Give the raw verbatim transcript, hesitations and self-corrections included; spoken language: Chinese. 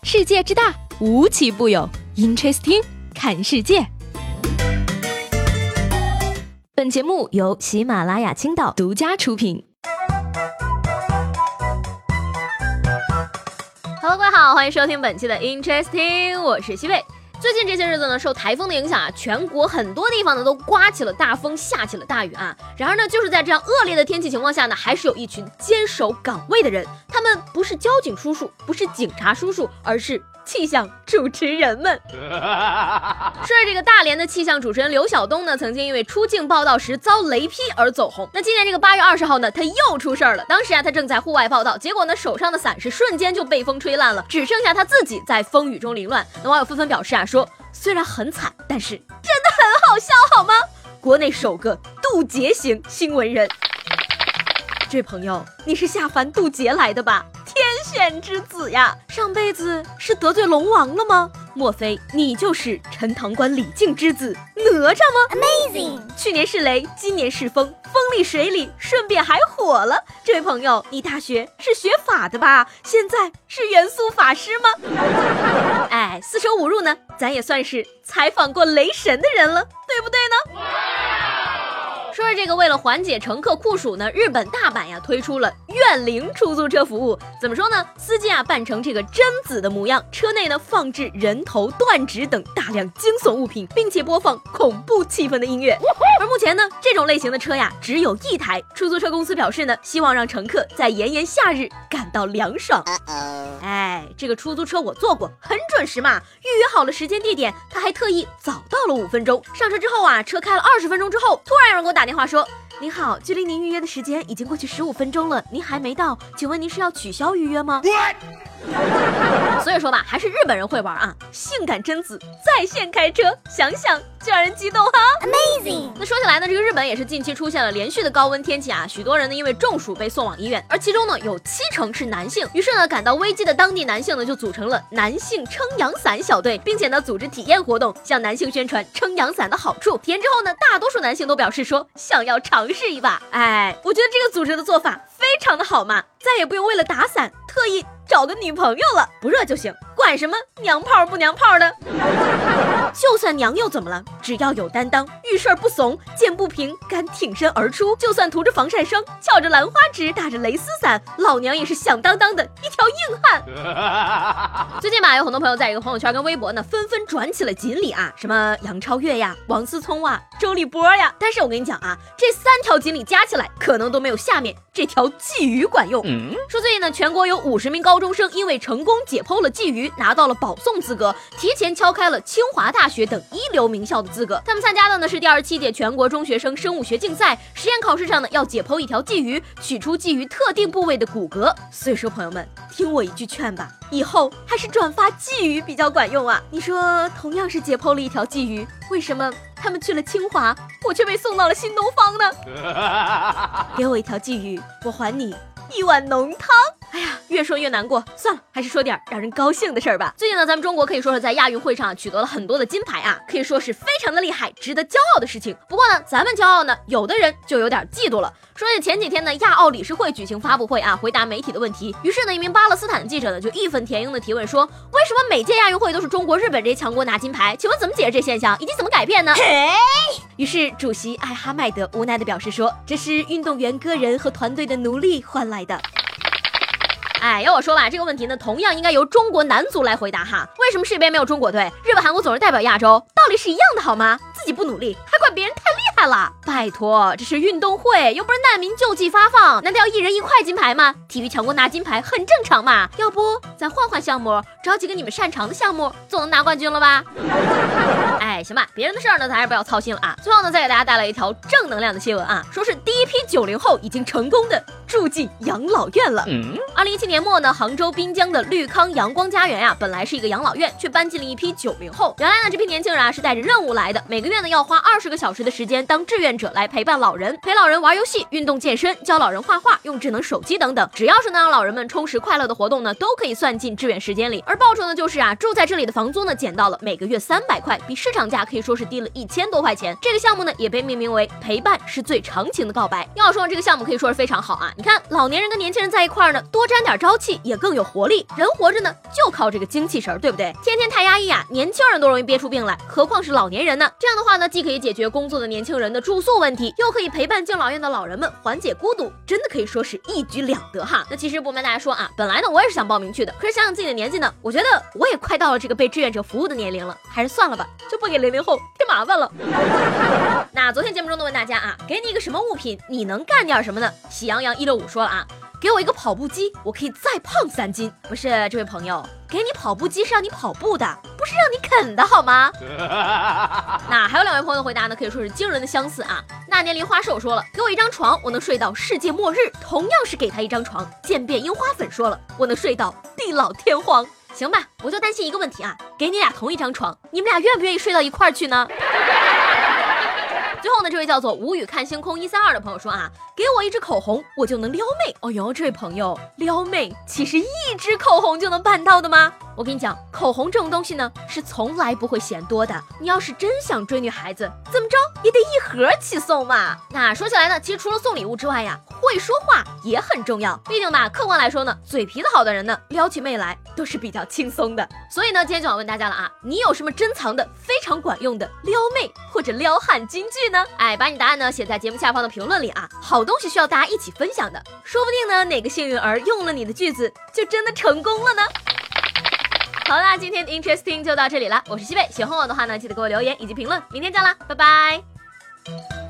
世界之大，无奇不有。Interesting， 看世界。本节目由喜马拉雅青岛独家出品。Hello， 各位好，欢迎收听本期的 Interesting， 我是西贝。最近这些日子呢，受台风的影响啊，全国很多地方呢都刮起了大风，下起了大雨啊。然而呢，就是在这样恶劣的天气情况下呢，还是有一群坚守岗位的人，他们不是交警叔叔，不是警察叔叔，而是气象主持人们。说是这个大连的气象主持人刘晓东呢，曾经因为出境报道时遭雷劈而走红。那今年这个八月二十号呢，他又出事儿了。当时啊，他正在户外报道，结果呢，手上的伞是瞬间就被风吹烂了，只剩下他自己在风雨中凌乱。那网友纷纷表示啊，说虽然很惨，但是真的很好笑，好吗？国内首个渡劫型新闻人。这位朋友，你是下凡渡劫来的吧？天选之子呀！上辈子是得罪龙王了吗？莫非你就是陈塘关李靖之子哪吒吗 ？Amazing！ 去年是雷，今年是风，风里水里，顺便还火了。这位朋友，你大学是学法的吧？现在是元素法师吗？哎，四舍五入呢，咱也算是采访过雷神的人了，对不对呢？说是这个，为了缓解乘客酷暑呢，日本大阪呀推出了怨灵出租车服务。怎么说呢？司机啊扮成这个贞子的模样，车内呢放置人头、断指等大量惊悚物品，并且播放恐怖气氛的音乐。而目前呢，这种类型的车呀只有一台。出租车公司表示呢，希望让乘客在炎炎夏日感到凉爽。哎，这个出租车我坐过，很准时嘛，预约好了时间地点，他还特意早到了五分钟。上车之后啊，车开了二十分钟之后，突然有人给我打电话说，您好，距离您预约的时间已经过去十五分钟了，您还没到，请问您是要取消预约吗？所以说吧，还是日本人会玩啊！性感贞子在线开车，想想就让人激动哈 ！Amazing！ 那说起来呢，这个日本也是近期出现了连续的高温天气啊，许多人呢因为中暑被送往医院，而其中呢有七成是男性。于是呢，感到危机的当地男性呢就组成了男性撑阳伞小队，并且呢组织体验活动，向男性宣传撑阳伞的好处。体验之后呢，大多数男性都表示说想要尝试一把。哎，我觉得这个组织的做法非常的好嘛，再也不用为了打伞特意找个女朋友了，不热就行，管什么娘炮不娘炮的。就算娘又怎么了？只要有担当，遇事不怂，剑不平，敢挺身而出，就算涂着防晒霜，翘着兰花指，打着蕾丝伞，老娘也是响当当的一条硬汉。最近吧，有很多朋友在一个朋友圈跟微博呢，纷纷转起了锦鲤啊，什么杨超越呀、王思聪啊、周立波呀。但是我跟你讲啊，这三条锦鲤加起来，可能都没有下面这条鲫鱼管用。嗯、说最近呢，全国有五十名高中生因为成功解剖了鲫鱼，拿到了保送资格，提前敲开了清华大学等一流名校的资格。他们参加的呢是第二十七届全国中学生生物学竞赛，实验考试上呢要解剖一条鲫鱼，取出鲫鱼特定部位的骨骼。所以说朋友们，听我一句劝吧，以后还是转发鲫鱼比较管用啊！你说同样是解剖了一条鲫鱼，为什么他们去了清华，我却被送到了新东方呢？给我一条鲫鱼，我还你一碗浓汤。哎呀，越说越难过，算了，还是说点让人高兴的事儿吧。最近呢，咱们中国可以说是在亚运会上取得了很多的金牌啊，可以说是非常的厉害，值得骄傲的事情。不过呢，咱们骄傲呢，有的人就有点嫉妒了。说起前几天呢，亚奥理事会举行发布会啊，回答媒体的问题。于是呢，一名巴勒斯坦的记者呢，就义愤填膺的提问说，为什么每届亚运会都是中国、日本这些强国拿金牌？请问怎么解释这现象，以及怎么改变呢？于是主席艾哈迈德无奈的表示说，这是运动员个人和团队的努力换来的。哎，要我说吧，这个问题呢，同样应该由中国男足来回答哈。为什么世界杯没有中国队？日本、韩国总是代表亚洲，道理是一样的好吗？自己不努力，还怪别人太厉害了？拜托，这是运动会，又不是难民救济发放，难道要一人一块金牌吗？体育强国拿金牌很正常嘛。要不咱换换项目，找几个你们擅长的项目，总能拿冠军了吧？哎，行吧，别人的事儿呢，咱还是不要操心了啊。最后呢，再给大家带来一条正能量的新闻啊，说是第一批九零后已经成功的住进养老院了。嗯，二零一七年末呢，杭州滨江的绿康阳光家园呀、啊，本来是一个养老院，却搬进了一批九零后。原来呢，这批年轻人啊是带着任务来的，每个月呢要花二十个小时的时间当志愿者来陪伴老人，陪老人玩游戏、运动健身，教老人画画、用智能手机等等，只要是能让老人们充实快乐的活动呢，都可以算进志愿时间里。而报酬呢，就是啊，住在这里的房租呢减到了每个月三百块，比市场价可以说是低了一千多块钱。这个项目呢，也被命名为陪伴是最长情的告白。要说这个项目可以说是非常好啊，你看老年人跟年轻人在一块儿呢，多沾点朝气，也更有活力。人活着呢，就靠这个精气神，对不对？天天太压抑啊，年轻人都容易憋出病来，何况是老年人呢？这样的话呢，既可以解决工作的年轻人的住宿问题，又可以陪伴敬老院的老人们缓解孤独，真的可以说是一举两得哈。那其实不瞒大家说啊，本来呢我也是想报名去的，可是想想自己的年纪呢，我觉得我也快到了这个被志愿者服务的年龄了，还是算了吧，就不给零零后添麻烦了。那昨天节目中呢问大家啊，给你一个什么物品，你能干点什么呢？喜羊羊一六五说了啊，给我一个跑步机，我可以再胖三斤。不是，这位朋友，给你跑步机是让你跑步的，不是让你啃的好吗？那还有两位朋友的回答呢，可以说是惊人的相似啊。那年梨花瘦说了，给我一张床，我能睡到世界末日。同样是给他一张床，渐变樱花粉说了，我能睡到地老天荒。行吧，我就担心一个问题啊，给你俩同一张床，你们俩愿不愿意睡到一块儿去呢？最后呢，这位叫做无语看星空一三二的朋友说啊，给我一支口红，我就能撩妹。哦哟，这位朋友，撩妹其实一支口红就能办到的吗？我跟你讲，口红这种东西呢，是从来不会嫌多的。你要是真想追女孩子，怎么着也得一盒起送嘛。那说起来呢，其实除了送礼物之外呀，会说话也很重要。毕竟吧，客观来说呢，嘴皮子好的人呢，撩起妹来都是比较轻松的。所以呢，今天就想问大家了啊，你有什么珍藏的非常管用的撩妹或者撩汉金句呢？哎，把你答案呢写在节目下方的评论里啊，好东西需要大家一起分享的，说不定呢哪个幸运儿用了你的句子就真的成功了呢。好啦，今天的 Interesting 就到这里了，我是西贝，喜欢我的话呢，记得给我留言以及评论，明天见啦，拜拜。